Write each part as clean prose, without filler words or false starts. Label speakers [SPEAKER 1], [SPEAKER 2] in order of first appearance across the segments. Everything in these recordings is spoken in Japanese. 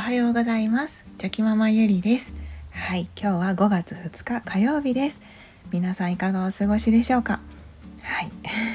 [SPEAKER 1] はようございます。チョキママゆりです。はい、今日は5月2日火曜日です。皆さんいかがお過ごしでしょうか。はい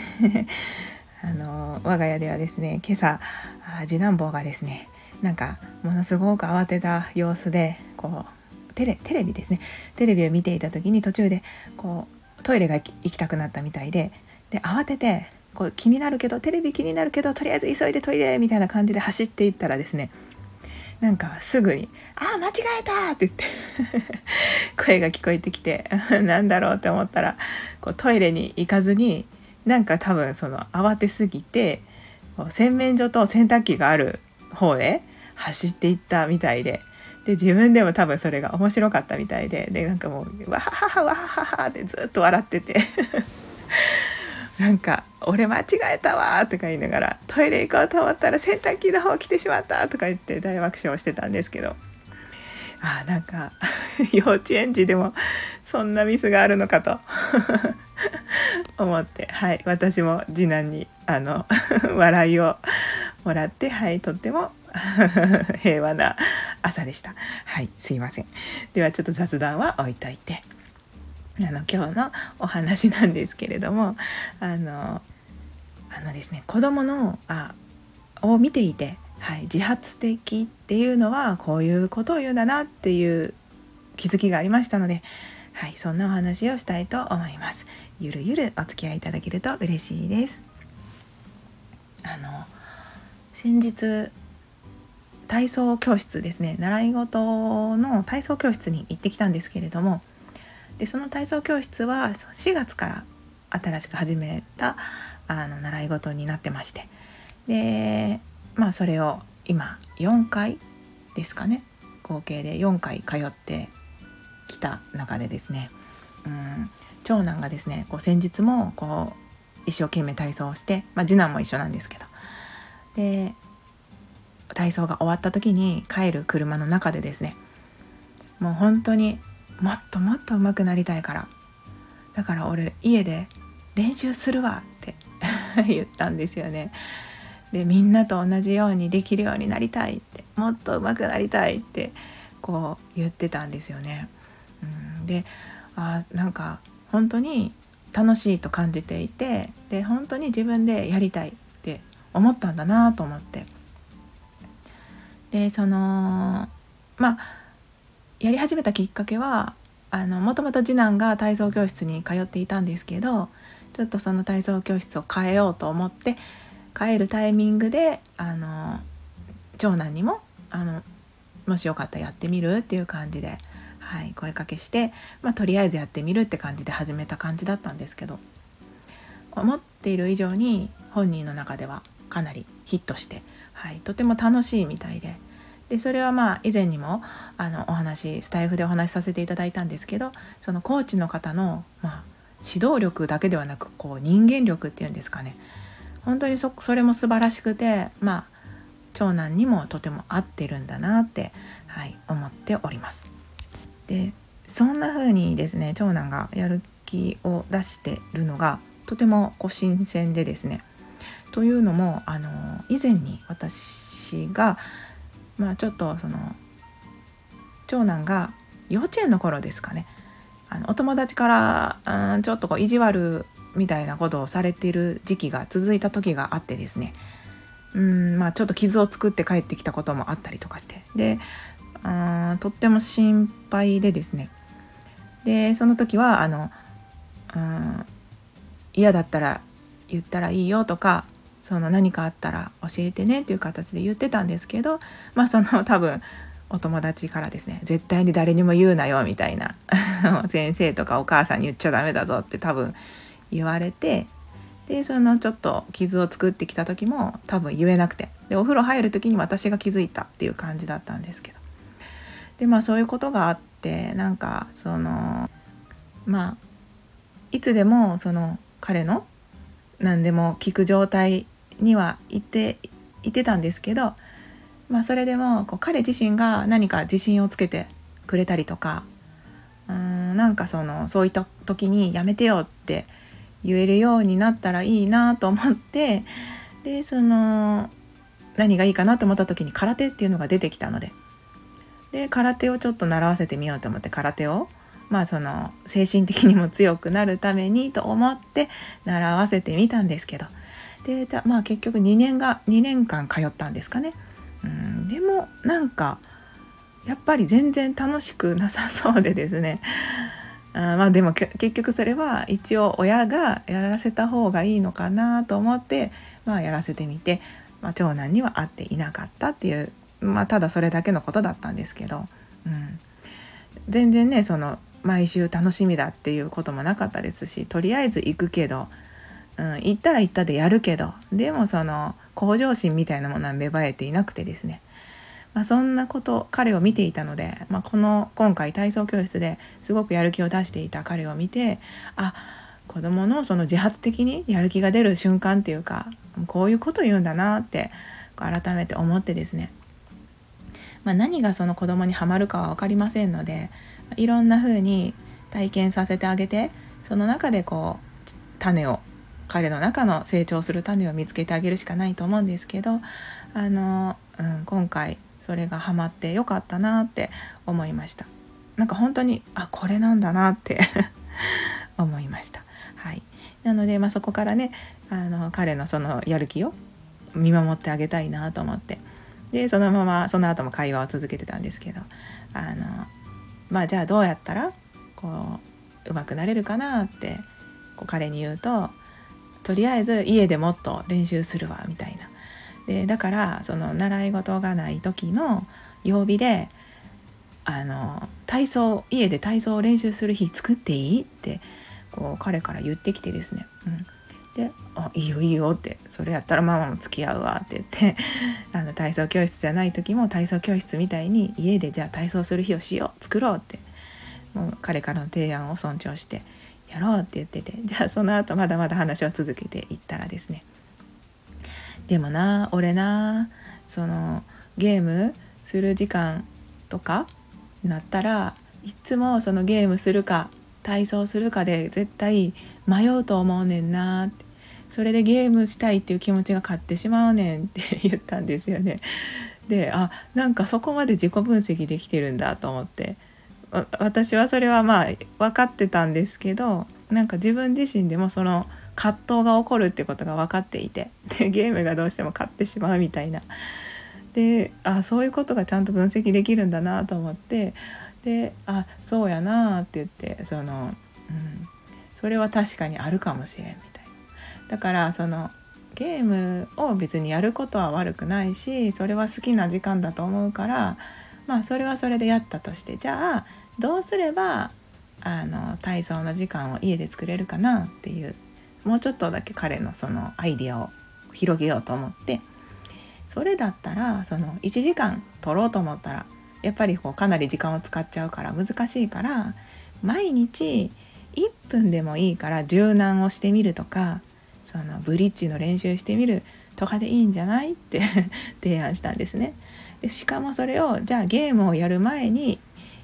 [SPEAKER 1] 我が家ではですね、今朝次男坊がですね、なんかものすごく慌てた様子でテレビですね、テレビを見ていた時に途中でトイレが行きたくなったみたいで、慌てて気になるけど、テレビ気になるけど、とりあえず急いでトイレみたいな感じで走っていったらですね、なんかすぐに間違えたって言って声が聞こえてきてなんだろうって思ったら、トイレに行かずに、なんか多分慌てすぎて洗面所と洗濯機がある方へ走っていったみたいで、自分でも多分それが面白かったみたいで、なんかもうわはははわははってずっと笑っててなんか俺間違えたわとか言いながら、トイレ行こうと思ったら洗濯機の方来てしまったとか言って大爆笑してたんですけど、なんか幼稚園児でもそんなミスがあるのかと思って、私も次男に笑いをもらって、とっても平和な朝でした。すいません。ではちょっと雑談は置いといて、今日のお話なんですけれども、ですね、子供のを見ていて、自発的っていうのはこういうことを言うんだなっていう気づきがありましたので、そんなお話をしたいと思います。ゆるゆるお付き合いいただけると嬉しいです。先日体操教室ですね、習い事の体操教室に行ってきたんですけれども、その体操教室は4月から新しく始めた習い事になってまして、それを今4回ですかね、合計で4回通ってきた中でですね、長男がですね、先日も一生懸命体操をして、次男も一緒なんですけど、で体操が終わった時に帰る車の中でですね、もう本当にもっともっと上手くなりたいから、だから俺家で練習するわって言ったんですよね。でみんなと同じようにできるようになりたいって、もっと上手くなりたいって言ってたんですよね。でなんか本当に楽しいと感じていて、本当に自分でやりたいって思ったんだなと思って、やり始めたきっかけはもともと次男が体操教室に通っていたんですけど、ちょっとその体操教室を変えようと思って帰るタイミングで長男にももしよかったらやってみるっていう感じで、声かけして、とりあえずやってみるって感じで始めた感じだったんですけど、思っている以上に本人の中ではかなりヒットして、とても楽しいみたいで、それは以前にもスタイフでお話しさせていただいたんですけど、そのコーチの方の、指導力だけではなく人間力っていうんですかね、本当にそれも素晴らしくて、長男にもとても合ってるんだなって、思っております。でそんな風にですね、長男がやる気を出してるのがとても新鮮でですね、というのも以前に私がちょっと長男が幼稚園の頃ですかね、お友達からちょっと意地悪みたいなことをされている時期が続いた時があってですね、ちょっと傷を作って帰ってきたこともあったりとかして、とっても心配でですね、その時は嫌だったら言ったらいいよとか、何かあったら教えてねっていう形で言ってたんですけど、多分お友達からですね、絶対に誰にも言うなよみたいな先生とかお母さんに言っちゃダメだぞって多分言われて、ちょっと傷を作ってきた時も多分言えなくて、お風呂入る時に私が気づいたっていう感じだったんですけど、そういうことがあって、いつでも彼の何でも聞く状態にはいてたんですけど、それでも彼自身が何か自信をつけてくれたりとか、そういった時にやめてよって言えるようになったらいいなと思って、何がいいかなと思った時に空手っていうのが出てきたので、 で空手をちょっと習わせてみようと思って、空手をその精神的にも強くなるためにと思って習わせてみたんですけど、で結局2年間通ったんですかね。でもなんかやっぱり全然楽しくなさそうでですね、でも結局それは一応親がやらせた方がいいのかなと思って、やらせてみて、長男には合っていなかったっていう、ただそれだけのことだったんですけど、全然ねその毎週楽しみだっていうこともなかったですし、とりあえず行くけど、行ったら行ったでやるけど、でもその向上心みたいなものは芽生えていなくてですね、そんなこと彼を見ていたので、今回体操教室ですごくやる気を出していた彼を見て、子供のその自発的にやる気が出る瞬間っていうか、こういうことを言うんだなって改めて思ってですね、何がその子供にはまるかは分かりませんので、いろんな風に体験させてあげて、その中で彼の中の成長する種を見つけてあげるしかないと思うんですけど、今回それがハマってよかったなって思いました。なんか本当にこれなんだなって思いました。はい。なのでそこからね彼のそのやる気を見守ってあげたいなと思って、でそのままその後も会話を続けてたんですけど、じゃあどうやったら上手くなれるかなって彼に言うと、とりあえず家でもっと練習するわみたいな。でだからその習い事がない時の曜日で家で体操を練習する日作っていいって彼から言ってきてですね、でいいよいいよって、それやったらママも付き合うわって言って体操教室じゃない時も体操教室みたいに家でじゃあ体操する日を作ろうって、もう彼からの提案を尊重してやろうって言ってて、じゃあその後まだまだ話を続けていったらですね、でも俺そのゲームする時間とかになったらいつもそのゲームするか体操するかで絶対迷うと思うねんなって、それでゲームしたいっていう気持ちが勝ってしまうねんって言ったんですよね。でなんかそこまで自己分析できてるんだと思って、私はそれは分かってたんですけど、なんか自分自身でもその葛藤が起こるってことが分かっていて、でゲームがどうしても勝ってしまうみたいな、でそういうことがちゃんと分析できるんだなと思って、でそうやなって言ってそれは確かにあるかもしれんみたいな。だからそのゲームを別にやることは悪くないし、それは好きな時間だと思うから、それはそれでやったとして、じゃあどうすれば体操の時間を家で作れるかなっていう、もうちょっとだけ彼のそのアイディアを広げようと思って、それだったらその1時間取ろうと思ったらやっぱりかなり時間を使っちゃうから難しいから、毎日1分でもいいから柔軟をしてみるとか、そのブリッジの練習してみるとかでいいんじゃないって提案したんですね。でしかもそれをじゃあゲームをやる前に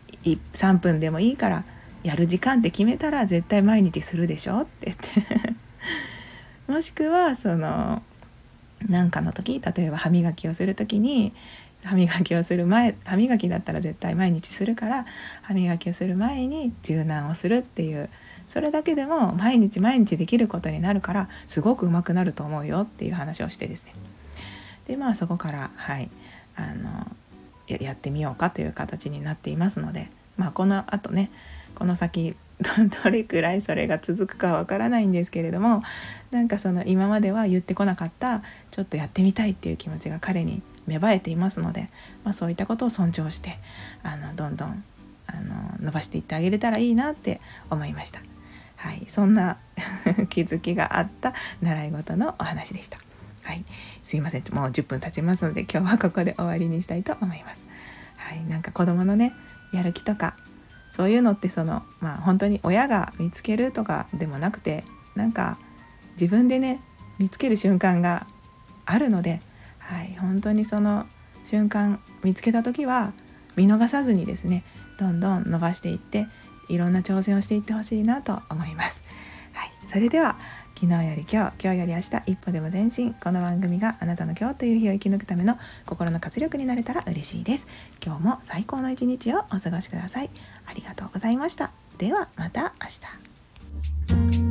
[SPEAKER 1] 3分でもいいからやる時間って決めたら絶対毎日するでしょって言ってもしくはそのなんかの時、例えば歯磨きをする時に歯磨きだったら絶対毎日するから、歯磨きをする前に柔軟をするっていう、それだけでも毎日できることになるからすごく上手くなると思うよっていう話をしてですね、でそこからやってみようかという形になっていますので、この後ね、この先どれくらいそれが続くかわからないんですけれども、なんかその今までは言ってこなかったちょっとやってみたいっていう気持ちが彼に芽生えていますので、そういったことを尊重してどんどん伸ばしていってあげれたらいいなって思いました。はい、そんな気づきがあった習い事のお話でした。はい、すいません、もう10分経ちますので今日はここで終わりにしたいと思います。はい、なんか子供のねやる気とかそういうのって本当に親が見つけるとかでもなくて、なんか自分でね見つける瞬間があるので、本当にその瞬間見つけた時は見逃さずにですね、どんどん伸ばしていっていろんな挑戦をしていってほしいなと思います。はい、それでは昨日より今日より明日、一歩でも前進。この番組があなたの今日という日を生き抜くための心の活力になれたら嬉しいです。今日も最高の一日をお過ごしください。ありがとうございました。ではまた明日。